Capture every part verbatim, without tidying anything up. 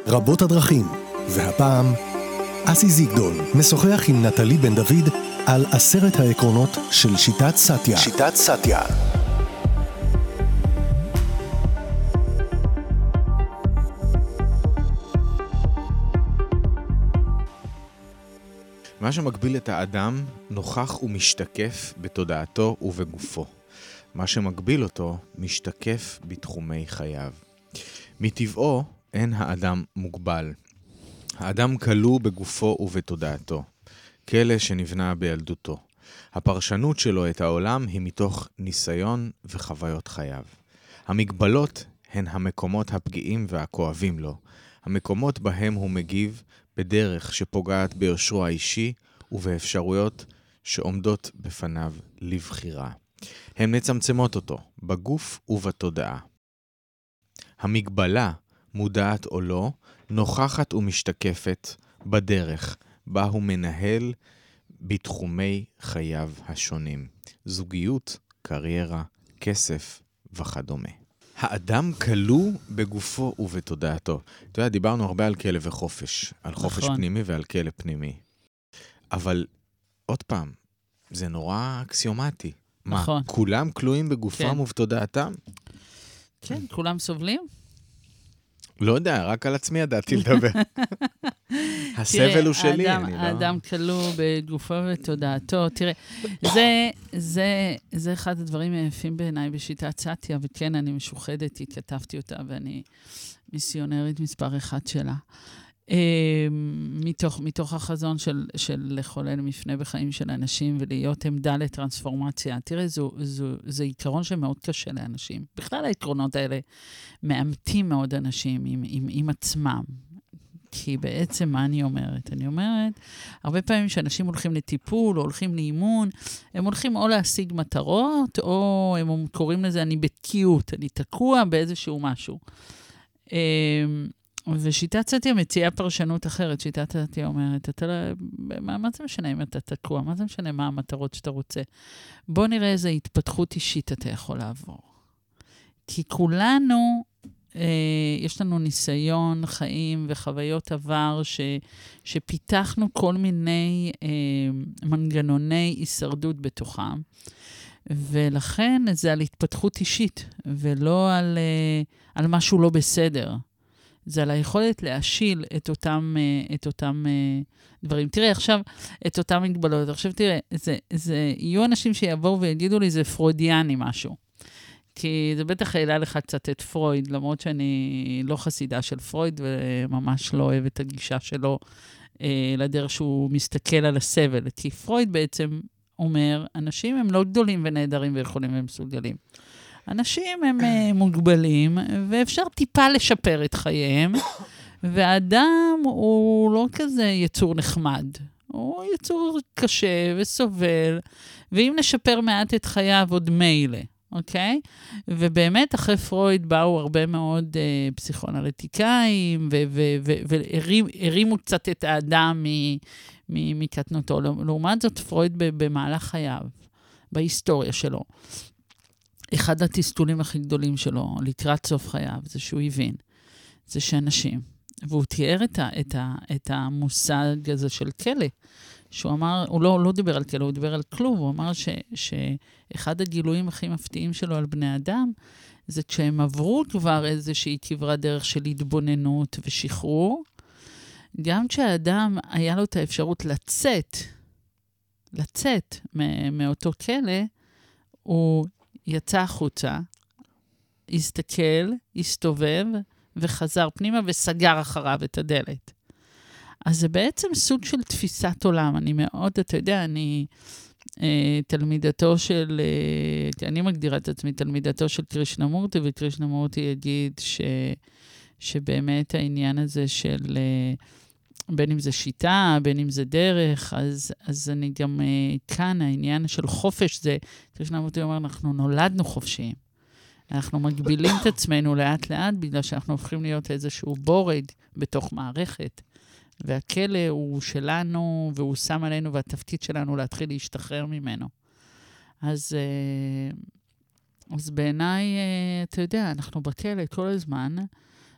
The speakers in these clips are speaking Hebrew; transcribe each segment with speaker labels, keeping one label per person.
Speaker 1: רבות הדרכים, והפעם אסי זיגדון משוחח עם נטלי בן דוד על עשרת העקרונות של שיטת סאטיה. שיטת סאטיה.
Speaker 2: מה שמגביל את האדם נוכח ומשתקף בתודעתו ובגופו. מה שמגביל אותו משתקף בתחומי חייו. מטבעו אין האדם מוגבל. האדם כלוא בגופו ובתודעתו, כלא שנבנה בילדותו. הפרשנות שלו את העולם היא מתוך ניסיון וחוויות חייו. המגבלות הן המקומות הפגיעים והכואבים לו, המקומות בהם הוא מגיב בדרך שפוגעת ביושרו האישי ובאפשרויות שעומדות בפניו לבחירה. הן מצמצמות אותו בגוף ובתודעה. המגבלה, מודעת או לא, נוכחת ומשתקפת בדרך בה הוא מנהל בתחומי חייו השונים. זוגיות, קריירה, כסף וכדומה. האדם כלוא בגופו ובתודעתו. אתה יודע, דיברנו הרבה על כלא וחופש, על חופש
Speaker 3: נכון.
Speaker 2: פנימי ועל כלא פנימי. אבל עוד פעם, זה נורא אקסיומטי.
Speaker 3: נכון.
Speaker 2: מה, כולם כלואים בגופם
Speaker 3: כן.
Speaker 2: ובתודעתם?
Speaker 3: כן, כולם סובלים?
Speaker 2: לא יודע, רק על עצמי ידעתי לדבר. הסבל הוא שלי,
Speaker 3: האדם,
Speaker 2: אני לא...
Speaker 3: האדם כלוא בגופו ובתודעתו. תראה, זה, זה, זה אחד הדברים היפים בעיניי בשיטת סאטיה, וכן, אני משוחדת, כי כתבתי אותה, ואני מיסיונרית מספר אחד שלה. מתוך, מתוך החזון של, של לחולל מפנה בחיים של אנשים ולהיות עמדה לטרנספורמציה. תראה, זו, זו, זה עיקרון שמאוד קשה לאנשים. בכלל העקרונות האלה מאמתים מאוד אנשים עם, עם, עם עצמם. כי בעצם מה אני אומרת? אני אומרת, הרבה פעמים שאנשים הולכים לטיפול או הולכים לאימון, הם הולכים או להשיג מטרות, או הם קוראים לזה, אני בתקיעות, אני תקוע באיזשהו משהו. ושיטת סאטיה מציעה פרשנות אחרת. שיטת סאטיה אומרת, אתה לא, מה, מה זה משנה אם אתה תקוע? מה זה משנה מה המטרות שאתה רוצה? בוא נראה איזו התפתחות אישית אתה יכול לעבור. כי כולנו, אה, יש לנו ניסיון, חיים וחוויות עבר ש, שפיתחנו כל מיני אה, מנגנוני הישרדות בתוכם. ולכן זה על התפתחות אישית, ולא על, אה, על משהו לא בסדר. זה על היכולת להשיל את אותם, את אותם דברים. תראה, עכשיו, את אותם מגבלות. עכשיו, תראה, זה, זה, יהיו אנשים שיבואו ויגידו לי, זה פרוידיאני משהו. כי זה בטח העלה לך קצת את פרויד, למרות שאני לא חסידה של פרויד, וממש לא אוהב את הגישה שלו לדרך שהוא מסתכל על הסבל. כי פרויד בעצם אומר, אנשים הם לא גדולים ונהדרים ויכולים ומסוגלים. אנשים הם מוגבלים, ואפשר טיפה לשפר את חייהם, והאדם הוא לא כזה יצור נחמד. הוא יצור קשה וסובל, ואם נשפר מעט את חייו עוד מילא, אוקיי? ובאמת אחרי פרויד באו הרבה מאוד אה, פסיכואנליטיקאים, והרימו קצת את האדם מקטנותו. לעומת זאת פרויד במהלך חייו, בהיסטוריה שלו. אחד התסכולים הכי גדולים שלו, לקראת סוף חייו, זה שהוא הבין, זה שאנשים, והוא תיאר את, ה, את, ה, את המושג הזה של כלא, שהוא אמר, הוא לא, לא דיבר על כלא, הוא דיבר על כלוב, הוא אמר ש, שאחד הגילויים הכי מפתיעים שלו על בני אדם, זה כשהם עברו כבר איזושהי כברת דרך של התבוננות ושחרור, גם כשהאדם היה לו את האפשרות לצאת, לצאת מאותו כלא, הוא יצא החוצה, הסתכל, הסתובב, וחזר פנימה וסגר אחריו את הדלת. אז זה בעצם סוג של תפיסת עולם. אני מאוד, אתה יודע, אני אה, תלמידתו של, אה, אני מגדירה את עצמי תלמידתו של קרישנמורטי, וקרישנמורטי יגיד ש, שבאמת העניין הזה של, אה, בין אם זה שיטה, בין אם זה דרך, אז, אז אני גם אה, כאן, העניין של חופש, זה, קרישנמורטי אומר, אנחנו נולדנו חופשיים. אנחנו מגבילים את עצמנו לאט לאט, בגלל שאנחנו הופכים להיות איזשהו בורד בתוך מערכת. והכלא הוא שלנו, והוא שם עלינו, והתפקיד שלנו להתחיל להשתחרר ממנו. אז, אז בעיניי, אתה יודע, אנחנו בכלא כל הזמן,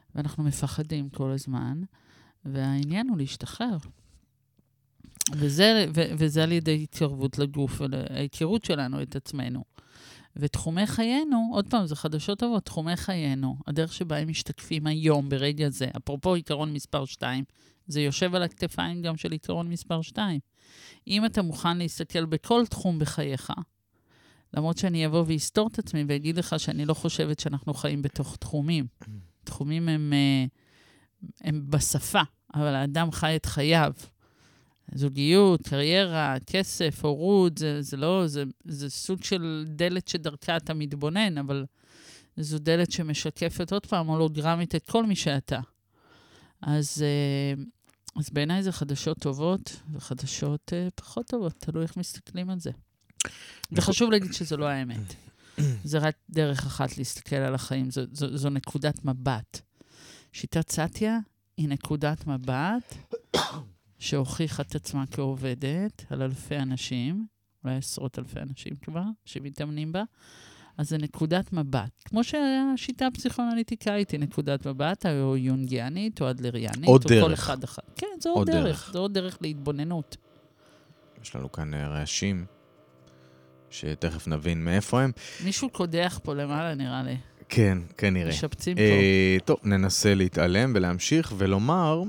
Speaker 3: ואנחנו מפחדים כל הזמן, והעניין הוא להשתחרר. וזה, ו, וזה על ידי התקרבות לגוף, וההיכרות שלנו את עצמנו. ותחומי חיינו, עוד פעם, זה חדשות טובות, תחומי חיינו, הדרך שבה הם משתקפים היום, ברגע זה, אפרופו עיקרון מספר שתיים, זה יושב על הכתפיים גם של עיקרון מספר שתיים. אם אתה מוכן להסתכל בכל תחום בחייך, למרות שאני אבוא ואסתור את עצמי ואגיד לך שאני לא חושבת שאנחנו חיים בתוך תחומים. תחומים הם, הם בשפה, אבל האדם חי את חייו. זוגיות, קריירה, כסף, הורות, זה, זה לא, זה, זה סוג של דלת שדרכה אתה מתבונן, אבל זו דלת שמשקפת עוד פעם הולוגרמית את כל מי שאתה. אז, אז בעיניי זה חדשות טובות, וחדשות פחות טובות, תלוי איך מסתכלים על זה. וחשוב להגיד שזו לא האמת. זה רק דרך אחת להסתכל על החיים, זו, זו, זו נקודת מבט. שיטת סאטיה היא נקודת מבט שהוכיחה את עצמה כעובדת על אלפי אנשים, אולי עשרות אלפי אנשים כבר, שמתאמנים בה, אז זה נקודת מבט. כמו שהשיטה הפסיכואנליטיקאית היא נקודת מבט, או יונגיאנית, או אדלריאנית,
Speaker 2: עוד
Speaker 3: או
Speaker 2: דרך.
Speaker 3: כל אחד אחד. כן, זו עוד, עוד דרך. דרך. זו עוד דרך להתבוננות.
Speaker 2: יש לנו כאן רעשים, שתכף נבין מאיפה הם.
Speaker 3: מישהו קודח פה למעלה, נראה לי.
Speaker 2: כן, כנראה.
Speaker 3: משפצים
Speaker 2: אה, פה. טוב, ננסה להתעלם ולהמשיך ולומר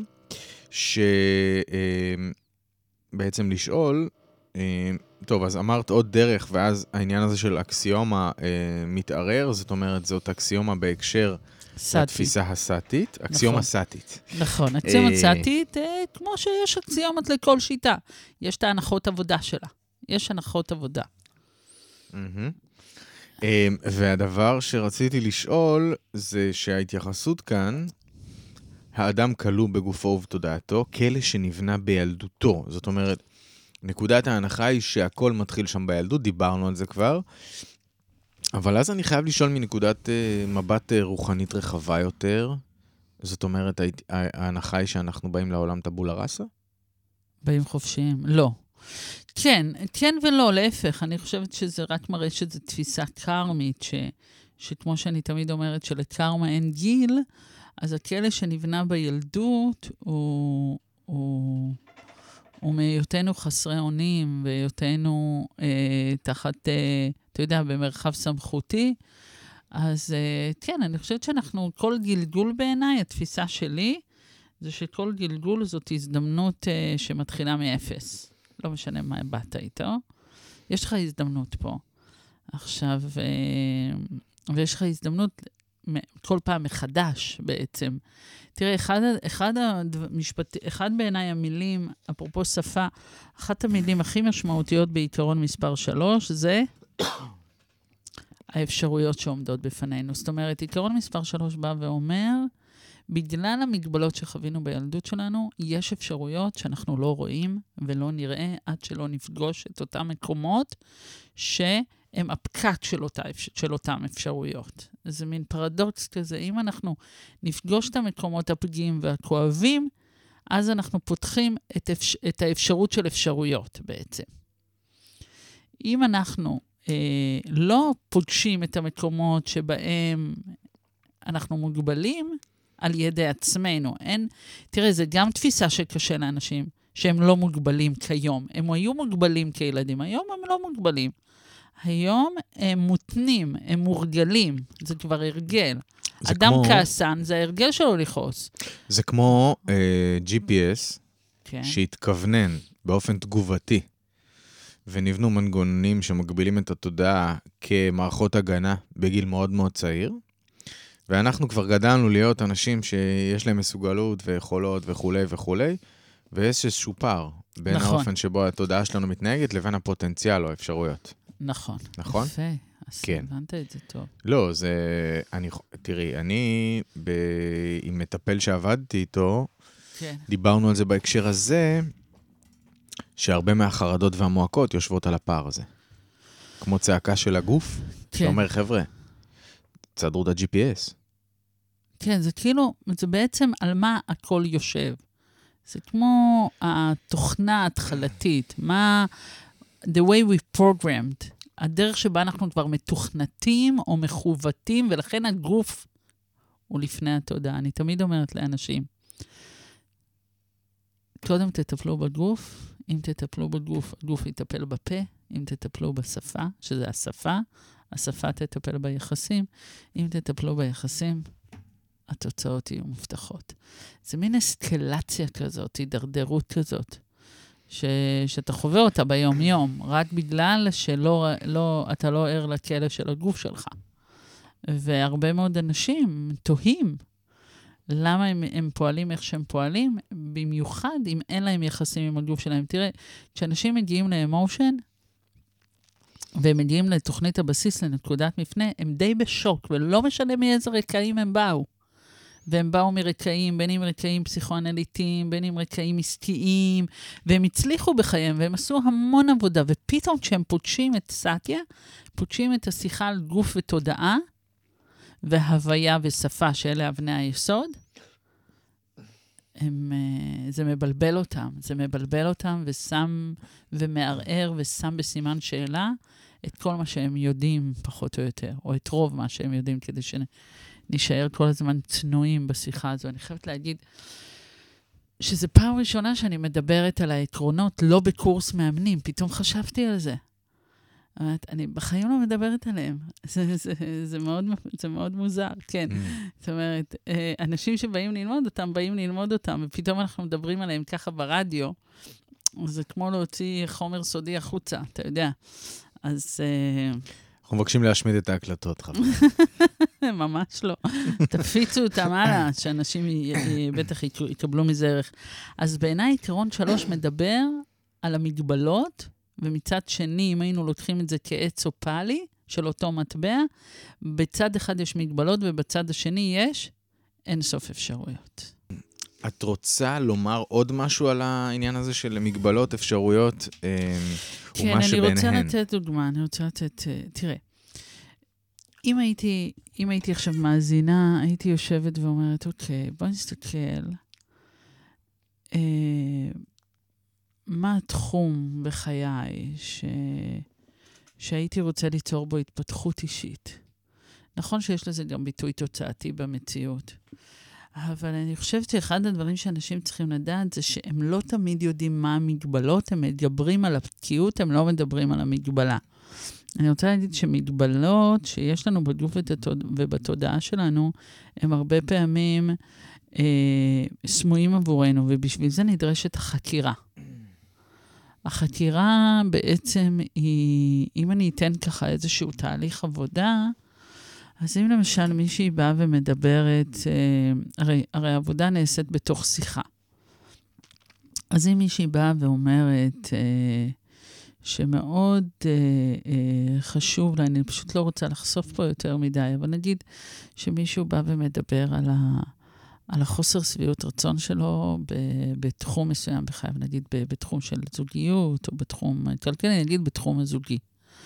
Speaker 2: שבעצם לשאול, אה, טוב, אז אמרת עוד דרך, ואז העניין הזה של אקסיומה אה, מתערער, זאת אומרת, זאת אקסיומה בהקשר
Speaker 3: סאטי.
Speaker 2: לתפיסה הסאטית, אקסיומה
Speaker 3: נכון.
Speaker 2: סאטית.
Speaker 3: נכון, אקסיומה סאטית, אה, כמו שיש אקסיומות לכל שיטה. יש את ההנחות עבודה שלה. יש הנחות עבודה.
Speaker 2: והדבר שרציתי לשאול זה שההתייחסות כאן, האדם כלוא בגופו ובתודעתו, כלא שנבנה בילדותו. זאת אומרת, נקודת ההנחה היא שהכל מתחיל שם בילדות, דיברנו על זה כבר, אבל אז אני חייב לשאול מנקודת מבט רוחנית רחבה יותר, זאת אומרת, ההנחה היא שאנחנו באים לעולם טבולה ראסה?
Speaker 3: באים חופשיים? לא. כן, כן ולא, להפך. אני חושבת שזה רק מראה שזו תפיסה קרמית, ש, שכמו שאני תמיד אומרת, שלקרמה אין גיל, אז הכלא שנבנה בילדות הוא, הוא, הוא מהיותנו חסרי אונים, והיותנו אה, תחת, אה, אתה יודע, במרחב סמכותי. אז אה, כן, אני חושבת שאנחנו, כל גלגול בעיניי, התפיסה שלי, זה שכל גלגול זאת הזדמנות אה, שמתחילה מאפס. לא משנה מה באת איתו. יש לך הזדמנות פה. עכשיו, ויש לך הזדמנות כל פעם מחדש בעצם. תראה, אחד, אחד, המשפט, אחד בעיניי המילים, אפרופו שפה, אחת המילים הכי משמעותיות בעיקרון מספר שלוש, זה האפשרויות שעומדות בפנינו. זאת אומרת, עיקרון מספר שלוש בא ואומר, בגלל המגבלות שחווינו בילדות שלנו, יש אפשרויות שאנחנו לא רואים ולא נראה עד שלא נפגוש את אותם מקומות שהם הפקק של, אותה, של אותם אפשרויות. זה מין פרדוקס כזה. אם אנחנו נפגוש את המקומות הפגיעים והכואבים, אז אנחנו פותחים את, אפש, את האפשרות של אפשרויות בעצם. אם אנחנו אה, לא פוגשים את המקומות שבהם אנחנו מוגבלים, על ידי עצמנו. אין, תראה, זה גם תפיסה שקשה לאנשים, שהם לא מוגבלים כיום. הם היו מוגבלים כילדים, היום הם לא מוגבלים. היום הם מותנים, הם מורגלים, זה כבר הרגל. זה אדם כמו... כעסן, זה ההרגל שלו לכעוס.
Speaker 2: זה כמו אה, ג'י פי אס,
Speaker 3: כן.
Speaker 2: שהתכוונן באופן תגובתי, ונבנו מנגנונים שמגבילים את התודעה כמערכות הגנה בגיל מאוד מאוד צעיר, ואנחנו כבר גדלנו להיות אנשים שיש להם מסוגלות ויכולות וכו' וכו', ויש איזשהו פער בין נכון. האופן שבו התודעה שלנו מתנהגת לבין הפוטנציאל או האפשרויות.
Speaker 3: נכון.
Speaker 2: נכון?
Speaker 3: יפה. אז
Speaker 2: כן.
Speaker 3: הבנת את זה טוב.
Speaker 2: לא, זה... אני, תראי, אני ב... עם מטפל שעבדתי איתו,
Speaker 3: כן. דיברנו
Speaker 2: על זה בהקשר הזה, שהרבה מהחרדות והמועקות יושבות על הפער הזה. כמו צעקה של הגוף, כן. שאומר, חבר'ה, צדרו את ה-ג'י פי אס.
Speaker 3: כן, זה כאילו, זה בעצם על מה הכל יושב. זה כמו התוכנה ההתחלתית, מה, the way we programmed, הדרך שבה אנחנו כבר מתוכנתים או מכוותים, ולכן הגוף הוא לפני התודעה. אני תמיד אומרת לאנשים, קודם תטפלו בגוף, אם תטפלו בגוף, הגוף יטפל בפה, אם תטפלו בשפה, שזה השפה, השפה תטפל ביחסים, אם תטפלו ביחסים, התוצאות יהיו מובטחות. זה מין אסקלציה כזאת, הידרדרות כזאת, ש... שאתה חווה אותה ביום-יום, רק בגלל שלא לא, אתה לא ער לכלא של הגוף שלך. והרבה מאוד אנשים תוהים למה הם, הם פועלים איך שהם פועלים, במיוחד אם אין להם יחסים עם הגוף שלהם. תראה, כשאנשים מגיעים לאמושן, והם מגיעים לתוכנית הבסיס, לנקודת מפנה, הם די בשוק, ולא משנה מאיזה רקעים הם באו. והם באו מרקעים, בין אם רקעים פסיכואנליטיים, בין אם רקעים עסקיים, והם הצליחו בחייהם, והם עשו המון עבודה, ופתאום כשהם פוגשים את סאטיה, פוגשים את השיחה על גוף ותודעה, והוויה ושפה שאלה אבני היסוד, הם, זה מבלבל אותם, זה מבלבל אותם ושם ומערער ושם בסימן שאלה את כל מה שהם יודעים פחות או יותר, או את רוב מה שהם יודעים, כדי שנשאר כל הזמן צנועים בשיחה הזו. אני חייבת להגיד שזו פעם ראשונה שאני מדברת על העקרונות, לא בקורס מאמנים, פתאום חשבתי על זה. אני בחיים לא מדברת עליהם. זה, זה, זה, מאוד, זה מאוד מוזר, כן. זאת אומרת, אנשים שבאים ללמוד אותם, באים ללמוד אותם, ופתאום אנחנו מדברים עליהם ככה ברדיו, זה כמו להוציא חומר סודי החוצה, אתה יודע. אז...
Speaker 2: אנחנו מבקשים להשמיד את ההקלטות, חבר.
Speaker 3: ממש לא. תפיצו אותם הלאה, שאנשים בטח יקבלו מזה ערך. אז בעיניי, עיקרון שלוש מדבר על המגבלות, ומצד שני, אם היינו לוקחים את זה כעץ או פאלי של אותו מטבע, בצד אחד יש מגבלות, ובצד השני יש אין סוף אפשרויות.
Speaker 2: את רוצה לומר עוד משהו על העניין הזה של מגבלות, אפשרויות,
Speaker 3: כן,
Speaker 2: ומה שביניהן?
Speaker 3: כן, אני רוצה לתת דוגמה, אני רוצה לתת, תראה, אם הייתי, אם הייתי עכשיו מאזינה, הייתי יושבת ואומרת, אוקיי, בוא נסתכל, אה, מה התחום בחיי ש... שהייתי רוצה ליצור בו התפתחות אישית? נכון שיש לזה גם ביטוי תוצאתי במציאות, אבל אני חושבת שאחד הדברים שאנשים צריכים לדעת זה שהם לא תמיד יודעים מה המגבלות, הם מדברים על הפקיעות, הם לא מדברים על המגבלה. אני רוצה להגיד שמגבלות שיש לנו בגוף ובתודעה שלנו, הם הרבה פעמים אה, סמויים עבורנו, ובשביל זה נדרשת החקירה. החקירה בעצם היא, אם אני אתן ככה איזשהו תהליך עבודה, אז אם למשל מישהי באה ומדברת, הרי, הרי העבודה נעשית בתוך שיחה. אז אם מישהי באה ואומרת שמאוד חשוב לה, אני פשוט לא רוצה לחשוף פה יותר מדי, אבל נגיד שמישהו בא ומדבר על ה... על החוסר סביעות רצון שלו בתחום מסוים בחייו, נגיד בתחום של זוגיות, או בתחום כלכלי, נגיד בתחום הזוגי.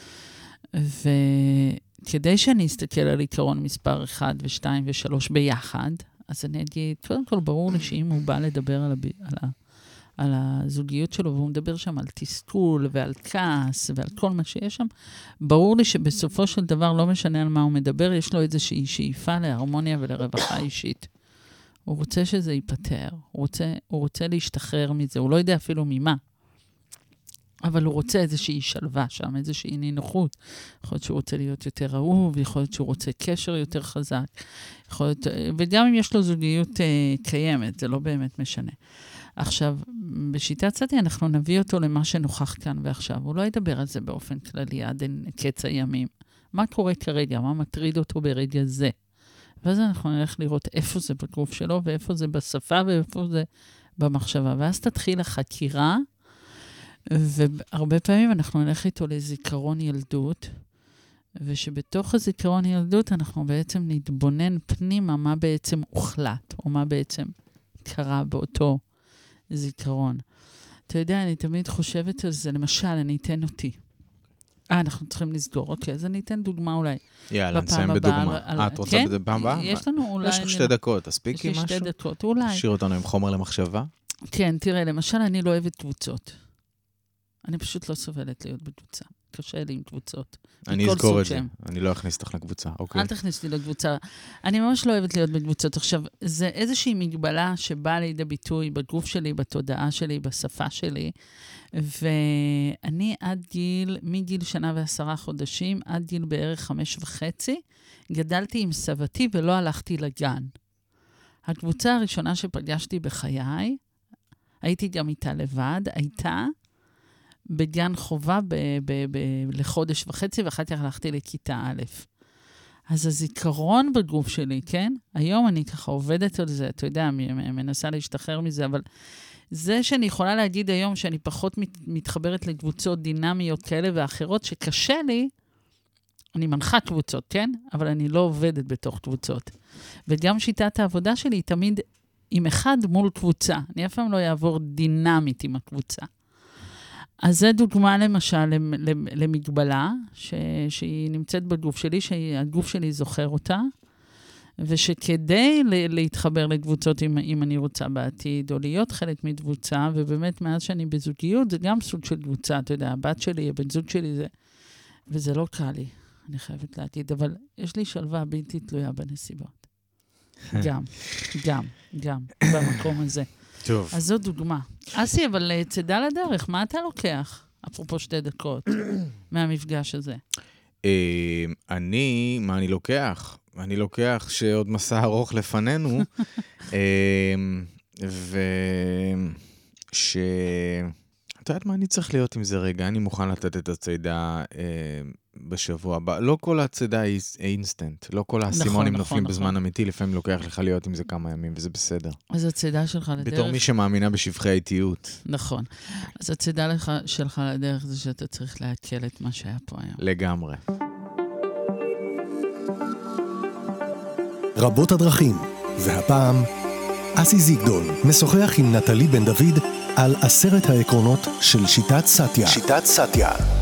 Speaker 3: וכדי שאני אסתכל על עיקרון מספר אחד ושתיים ושלוש ביחד, אז אני אגיד, קודם כל ברור לי שאם הוא בא לדבר על, הב... על, ה... על הזוגיות שלו, והוא מדבר שם על תסכול ועל כעס ועל כל מה שיש שם, ברור לי שבסופו של דבר לא משנה על מה הוא מדבר, יש לו איזושהי שאיפה להרמוניה ולרווחה אישית. הוא רוצה שזה ייפטר, הוא רוצה, הוא רוצה להשתחרר מזה, הוא לא יודע אפילו ממה, אבל הוא רוצה איזושהי שלווה שם, איזושהי נינוחות. יכול להיות שהוא רוצה להיות יותר אהוב, יכול להיות שהוא רוצה קשר יותר חזק, יכול להיות, וגם אם יש לו זוגיות אה, קיימת, זה לא באמת משנה. עכשיו, בשיטת סאטיה אנחנו נביא אותו למה שנוכח כאן ועכשיו, הוא לא ידבר על זה באופן כללי עד קץ הימים. מה קורה כרגע, מה מטריד אותו ברגע זה? ואז אנחנו נלך לראות איפה זה בגוף שלו, ואיפה זה בשפה, ואיפה זה במחשבה. ואז תתחיל החקירה, והרבה פעמים אנחנו נלך איתו לזיכרון ילדות, ושבתוך הזיכרון ילדות אנחנו בעצם נתבונן פנימה מה בעצם הוחלט, או מה בעצם קרה באותו זיכרון. אתה יודע, אני תמיד חושבת על זה, למשל, אני אתן אותי. אה, אנחנו צריכים לסגור. אוקיי, אז אני אתן דוגמה אולי.
Speaker 2: יאללה, נסיים בדוגמה. אה, את רוצה בפעם הבאה?
Speaker 3: יש לנו אולי...
Speaker 2: יש לך שתי דקות, תספיקי משהו?
Speaker 3: יש לי שתי דקות, אולי.
Speaker 2: תשאיר אותנו עם חומר למחשבה?
Speaker 3: כן, תראה, למשל, אני לא אוהבת קבוצות. אני פשוט לא סובלת להיות בקבוצה. קשה לי עם קבוצות.
Speaker 2: אני אזכור את זה, אני לא אכניס אותך לקבוצה, אוקיי?
Speaker 3: אל תכניס לי לקבוצה. אני ממש לא אוהבת להיות בקבוצות. עכשיו, זה איזושהי מגבלה שבאה לידי ביטוי בגוף שלי, בתודעה שלי, בשפה שלי, ואני עד גיל, מגיל שנה ועשרה חודשים, עד גיל בערך חמש וחצי, גדלתי עם סבתי ולא הלכתי לגן. הקבוצה הראשונה שפגשתי בחיי, הייתי גם איתה לבד, הייתה בגן חובה ב- ב- ב- לחודש וחצי, ואחר כך הלכתי לכיתה א'. אז הזיכרון בגוף שלי, כן? היום אני ככה עובדת על זה, אתה יודע, מנסה להשתחרר מזה, אבל זה שאני יכולה להגיד היום שאני פחות מת, מתחברת לקבוצות דינמיות כאלה ואחרות, שקשה לי, אני מנחה קבוצות, כן? אבל אני לא עובדת בתוך קבוצות. וגם שיטת העבודה שלי היא תמיד עם אחד מול קבוצה. אני אף פעם לא יעבור דינמית עם הקבוצה. אז זו דוגמה למשל למגבלה, ש... שהיא נמצאת בגוף שלי, שהגוף שלי זוכר אותה, ושכדי להתחבר לקבוצות, אם, אם אני רוצה בעתיד, או להיות חלק מקבוצה, ובאמת מאז שאני בזוגיות, זה גם סוג של קבוצה, אתה יודע, הבת שלי, הבן זוג שלי, זה... וזה לא קל לי, אני חייבת להגיד, אבל יש לי שלווה בלתי תלויה בנסיבות. גם, גם, גם, במקום הזה.
Speaker 2: טוב.
Speaker 3: אז זו דוגמה. אסי, אבל צדה לדרך, מה אתה לוקח? אפרופו שתי דקות, מהמפגש הזה.
Speaker 2: אני, מה אני לוקח? אני לוקח שעוד מסע ארוך לפנינו, וש... אתה יודעת מה, אני צריך להיות עם זה רגע, אני מוכן לתת את הצעידה בשבוע הבא. לא כל הצעידה היא אינסטנט, לא כל האסימונים נופלים בזמן אמיתי, לפעמים לוקח לך להיות עם זה כמה ימים, וזה בסדר.
Speaker 3: אז הצעידה שלך לדרך...
Speaker 2: בתור מי שמאמינה בשבחי האיטיות.
Speaker 3: נכון. אז הצעידה שלך לדרך זה שאתה צריך להקל את מה שהיה פה היום.
Speaker 2: לגמרי.
Speaker 1: רבות הדרכים, והפעם אסי זיגדון משוחח עם נטלי בן דוד על עשרת העקרונות של שיטת סאטיה. שיטת סאטיה.